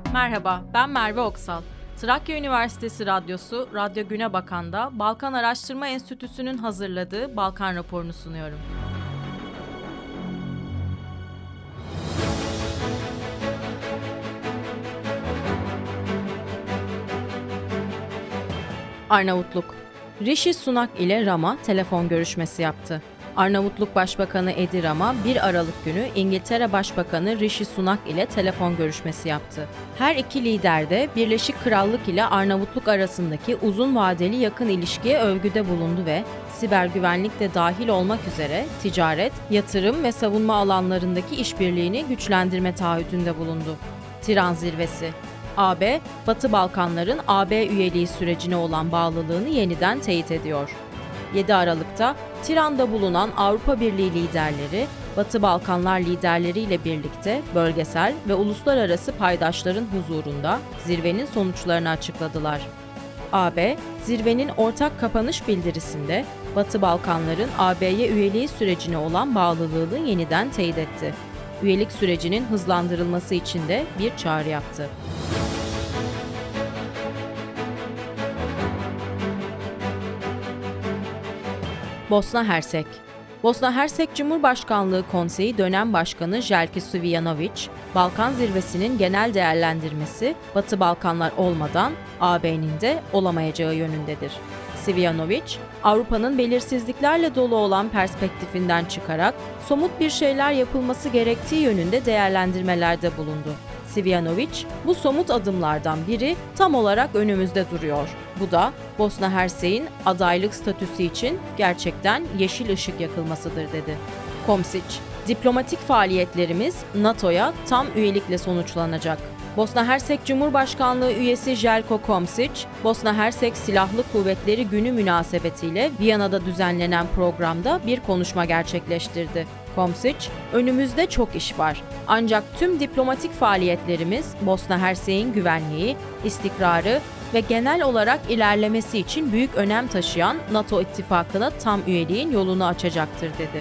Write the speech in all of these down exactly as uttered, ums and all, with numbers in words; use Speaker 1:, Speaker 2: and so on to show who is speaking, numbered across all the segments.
Speaker 1: Merhaba, ben Merve Oksal. Trakya Üniversitesi Radyosu, Radyo Güne Bakan'da Balkan Araştırma Enstitüsü'nün hazırladığı Balkan raporunu sunuyorum. Arnavutluk. Rishi Sunak ile Rama telefon görüşmesi yaptı. Arnavutluk Başbakanı Edi Rama bir Aralık günü İngiltere Başbakanı Rishi Sunak ile telefon görüşmesi yaptı. Her iki lider de Birleşik Krallık ile Arnavutluk arasındaki uzun vadeli yakın ilişkiye övgüde bulundu ve siber güvenlik de dahil olmak üzere ticaret, yatırım ve savunma alanlarındaki işbirliğini güçlendirme taahhüdünde bulundu. Tiran Zirvesi. A B, Batı Balkanların A B üyeliği sürecine olan bağlılığını yeniden teyit ediyor. yedi Aralık'ta Tiran'da bulunan Avrupa Birliği liderleri, Batı Balkanlar liderleriyle birlikte bölgesel ve uluslararası paydaşların huzurunda zirvenin sonuçlarını açıkladılar. A B, zirvenin ortak kapanış bildirisinde Batı Balkanların A B'ye üyeliği sürecine olan bağlılığını yeniden teyit etti. Üyelik sürecinin hızlandırılması için de bir çağrı yaptı. Bosna Hersek. Bosna Hersek Cumhurbaşkanlığı Konseyi Dönem Başkanı Željko Cvijanović, Balkan Zirvesi'nin genel değerlendirmesi Batı Balkanlar olmadan A B'nin de olamayacağı yönündedir. Cvijanović, Avrupa'nın belirsizliklerle dolu olan perspektifinden çıkarak somut bir şeyler yapılması gerektiği yönünde değerlendirmelerde bulundu. Cvijanović, bu somut adımlardan biri tam olarak önümüzde duruyor. Bu da Bosna Hersek'in adaylık statüsü için gerçekten yeşil ışık yakılmasıdır dedi. Komšić, diplomatik faaliyetlerimiz NATO'ya tam üyelikle sonuçlanacak. Bosna Hersek Cumhurbaşkanlığı üyesi Željko Komšić, Bosna Hersek Silahlı Kuvvetleri Günü münasebetiyle Viyana'da düzenlenen programda bir konuşma gerçekleştirdi. Komšić, önümüzde çok iş var. Ancak tüm diplomatik faaliyetlerimiz Bosna Hersek'in güvenliği, istikrarı ve genel olarak ilerlemesi için büyük önem taşıyan NATO ittifakına tam üyeliğin yolunu açacaktır dedi.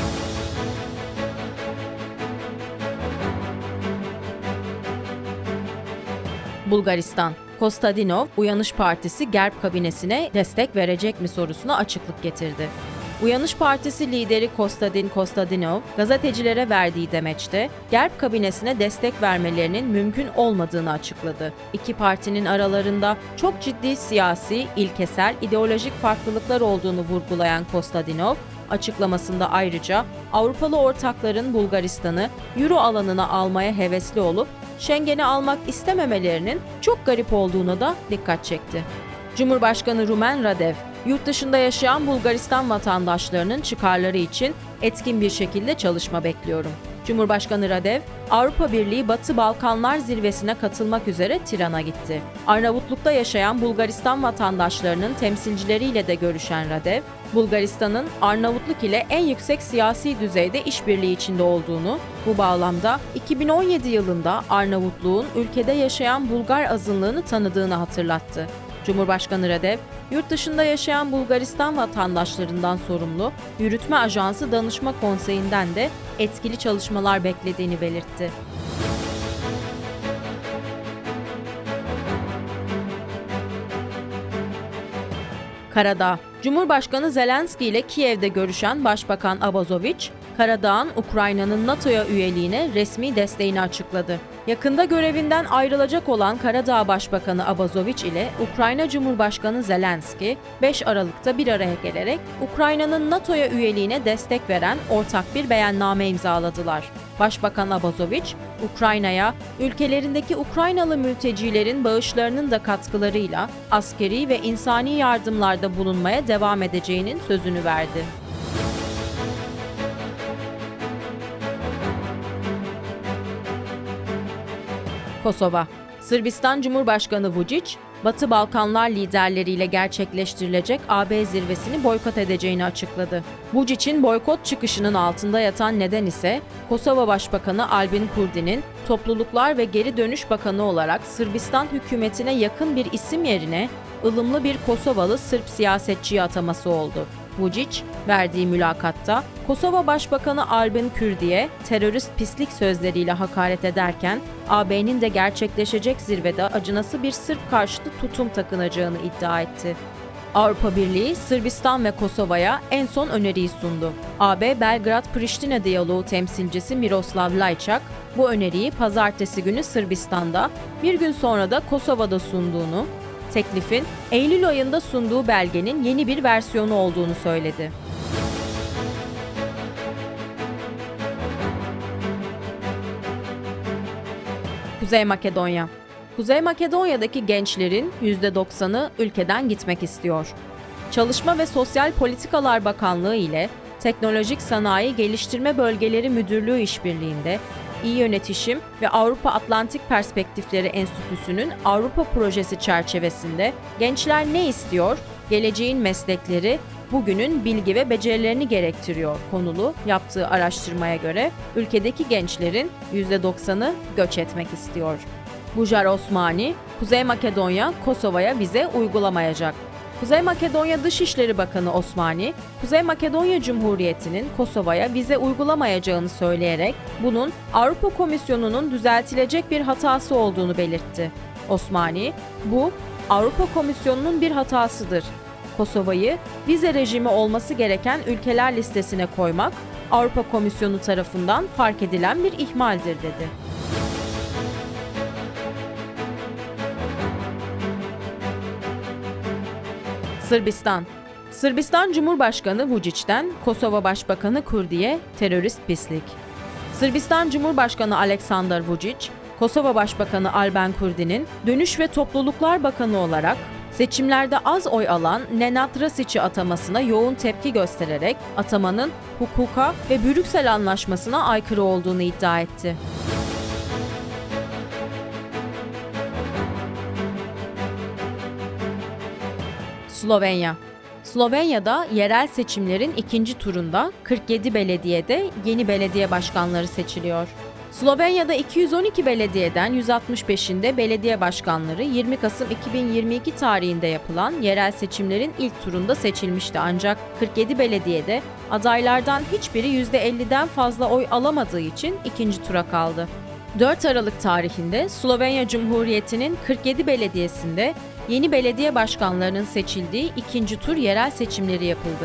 Speaker 1: Bulgaristan. Kostadinov, Uyanış Partisi Gerb kabinesine destek verecek mi sorusuna açıklık getirdi. Uyanış Partisi lideri Kostadin Kostadinov, gazetecilere verdiği demeçte Gerb kabinesine destek vermelerinin mümkün olmadığını açıkladı. İki partinin aralarında çok ciddi siyasi, ilkesel, ideolojik farklılıklar olduğunu vurgulayan Kostadinov, açıklamasında ayrıca Avrupalı ortakların Bulgaristan'ı Euro alanına almaya hevesli olup Schengen'i almak istememelerinin çok garip olduğuna da dikkat çekti. Cumhurbaşkanı Rumen Radev, yurt dışında yaşayan Bulgaristan vatandaşlarının çıkarları için etkin bir şekilde çalışma bekliyorum. Cumhurbaşkanı Radev, Avrupa Birliği Batı Balkanlar Zirvesi'ne katılmak üzere Tiran'a gitti. Arnavutluk'ta yaşayan Bulgaristan vatandaşlarının temsilcileriyle de görüşen Radev, Bulgaristan'ın Arnavutluk ile en yüksek siyasi düzeyde işbirliği içinde olduğunu, bu bağlamda iki bin on yedi yılında Arnavutluğun ülkede yaşayan Bulgar azınlığını tanıdığını hatırlattı. Cumhurbaşkanı Radev, yurt dışında yaşayan Bulgaristan vatandaşlarından sorumlu Yürütme Ajansı Danışma Konseyi'nden de etkili çalışmalar beklediğini belirtti. Karadağ. Cumhurbaşkanı Zelenski ile Kiev'de görüşen Başbakan Abazoviç, Karadağ'ın Ukrayna'nın NATO'ya üyeliğine resmi desteğini açıkladı. Yakında görevinden ayrılacak olan Karadağ Başbakanı Abazoviç ile Ukrayna Cumhurbaşkanı Zelenski, beş Aralık'ta bir araya gelerek Ukrayna'nın NATO'ya üyeliğine destek veren ortak bir beyanname imzaladılar. Başbakan Abazoviç, Ukrayna'ya ülkelerindeki Ukraynalı mültecilerin bağışlarının da katkılarıyla askeri ve insani yardımlarda bulunmaya devam edeceğinin sözünü verdi. Kosova. Sırbistan Cumhurbaşkanı Vučić, Batı Balkanlar liderleriyle gerçekleştirilecek A B zirvesini boykot edeceğini açıkladı. Vučić'in boykot çıkışının altında yatan neden ise Kosova Başbakanı Albin Kurti'nin Topluluklar ve Geri Dönüş Bakanı olarak Sırbistan hükümetine yakın bir isim yerine ılımlı bir Kosovalı Sırp siyasetçiyi ataması oldu. Vučić verdiği mülakatta Kosova Başbakanı Albin Kurdi'ye terörist pislik sözleriyle hakaret ederken A B'nin de gerçekleşecek zirvede acınası bir Sırp karşıtı tutum takınacağını iddia etti. Avrupa Birliği, Sırbistan ve Kosova'ya en son öneriyi sundu. A B Belgrad-Priştine diyaloğu temsilcisi Miroslav Lajčák, bu öneriyi pazartesi günü Sırbistan'da, bir gün sonra da Kosova'da sunduğunu, teklifin Eylül ayında sunduğu belgenin yeni bir versiyonu olduğunu söyledi. Kuzey Makedonya. Kuzey Makedonya'daki gençlerin yüzde doksanı ülkeden gitmek istiyor. Çalışma ve Sosyal Politikalar Bakanlığı ile Teknolojik Sanayi Geliştirme Bölgeleri Müdürlüğü işbirliğinde İyi Yönetişim ve Avrupa Atlantik Perspektifleri Enstitüsü'nün Avrupa Projesi çerçevesinde Gençler Ne İstiyor? Geleceğin Meslekleri Bugünün Bilgi ve Becerilerini Gerektiriyor konulu yaptığı araştırmaya göre ülkedeki gençlerin yüzde doksanı göç etmek istiyor. Bujar Osmani, Kuzey Makedonya, Kosova'ya vize uygulamayacak. Kuzey Makedonya Dışişleri Bakanı Osmani, Kuzey Makedonya Cumhuriyeti'nin Kosova'ya vize uygulamayacağını söyleyerek bunun Avrupa Komisyonu'nun düzeltilecek bir hatası olduğunu belirtti. Osmani, bu Avrupa Komisyonu'nun bir hatasıdır. Kosova'yı vize rejimi olması gereken ülkeler listesine koymak Avrupa Komisyonu tarafından fark edilen bir ihmaldir dedi. Sırbistan. Sırbistan Cumhurbaşkanı Vučić'ten Kosova Başbakanı Kurdi'ye terörist pislik. Sırbistan Cumhurbaşkanı Aleksandar Vučić, Kosova Başbakanı Albin Kurdi'nin Dönüş ve Topluluklar Bakanı olarak seçimlerde az oy alan Nenad Rasić'i atamasına yoğun tepki göstererek atamanın hukuka ve Brüksel Anlaşması'na aykırı olduğunu iddia etti. Slovenya. Slovenya'da yerel seçimlerin ikinci turunda kırk yedi belediyede yeni belediye başkanları seçiliyor. Slovenya'da iki yüz on iki belediyeden yüz altmış beşinde belediye başkanları yirmi Kasım iki bin yirmi iki tarihinde yapılan yerel seçimlerin ilk turunda seçilmişti, ancak kırk yedi belediyede adaylardan hiçbiri yüzde elliden fazla oy alamadığı için ikinci tura kaldı. dört Aralık tarihinde Slovenya Cumhuriyeti'nin kırk yedi belediyesinde yeni belediye başkanlarının seçildiği ikinci tur yerel seçimleri yapıldı.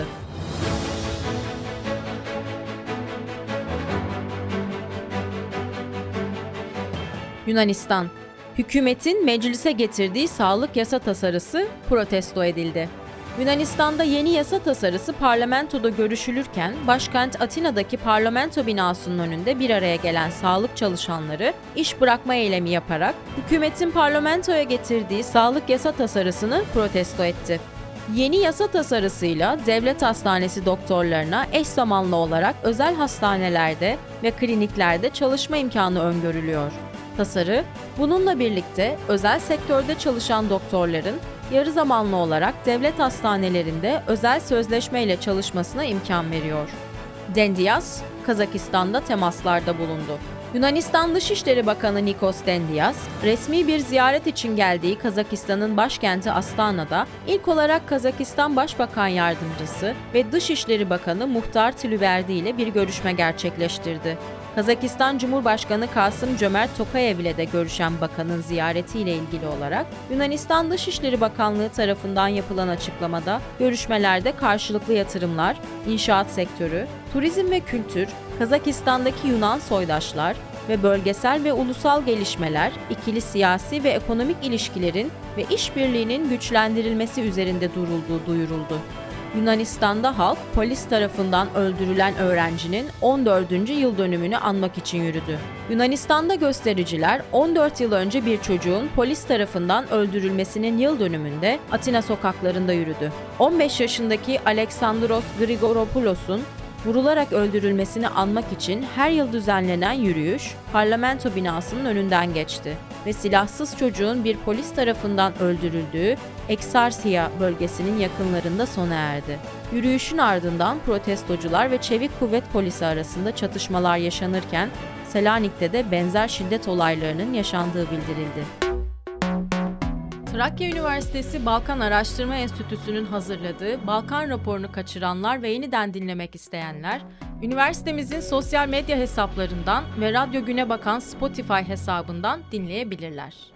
Speaker 1: Yunanistan. Hükümetin meclise getirdiği sağlık yasa tasarısı protesto edildi. Yunanistan'da yeni yasa tasarısı parlamentoda görüşülürken başkent Atina'daki parlamento binasının önünde bir araya gelen sağlık çalışanları iş bırakma eylemi yaparak hükümetin parlamentoya getirdiği sağlık yasa tasarısını protesto etti. Yeni yasa tasarısıyla devlet hastanesi doktorlarına eş zamanlı olarak özel hastanelerde ve kliniklerde çalışma imkanı öngörülüyor. Tasarı, bununla birlikte özel sektörde çalışan doktorların yarı zamanlı olarak devlet hastanelerinde özel sözleşmeyle çalışmasına imkan veriyor. Dendias, Kazakistan'da temaslarda bulundu. Yunanistan Dışişleri Bakanı Nikos Dendias, resmi bir ziyaret için geldiği Kazakistan'ın başkenti Astana'da ilk olarak Kazakistan Başbakan Yardımcısı ve Dışişleri Bakanı Muhtar Tiliberdi ile bir görüşme gerçekleştirdi. Kazakistan Cumhurbaşkanı Kasım-Cömert Tokayev ile de görüşen bakanın ziyaretiyle ilgili olarak Yunanistan Dışişleri Bakanlığı tarafından yapılan açıklamada görüşmelerde karşılıklı yatırımlar, inşaat sektörü, turizm ve kültür, Kazakistan'daki Yunan soydaşlar ve bölgesel ve ulusal gelişmeler, ikili siyasi ve ekonomik ilişkilerin ve işbirliğinin güçlendirilmesi üzerinde durulduğu duyuruldu. Yunanistan'da halk, polis tarafından öldürülen öğrencinin on dördüncü yıl dönümünü anmak için yürüdü. Yunanistan'da göstericiler on dört yıl önce bir çocuğun polis tarafından öldürülmesinin yıl dönümünde Atina sokaklarında yürüdü. on beş yaşındaki Alexandros Grigoropoulos'un vurularak öldürülmesini anmak için her yıl düzenlenen yürüyüş, parlamento binasının önünden geçti ve silahsız çocuğun bir polis tarafından öldürüldüğü Eksarsiya bölgesinin yakınlarında sona erdi. Yürüyüşün ardından protestocular ve çevik kuvvet polisi arasında çatışmalar yaşanırken, Selanik'te de benzer şiddet olaylarının yaşandığı bildirildi. Trakya Üniversitesi Balkan Araştırma Enstitüsü'nün hazırladığı Balkan raporunu kaçıranlar ve yeniden dinlemek isteyenler, üniversitemizin sosyal medya hesaplarından ve Radyo Güne Bakan Spotify hesabından dinleyebilirler.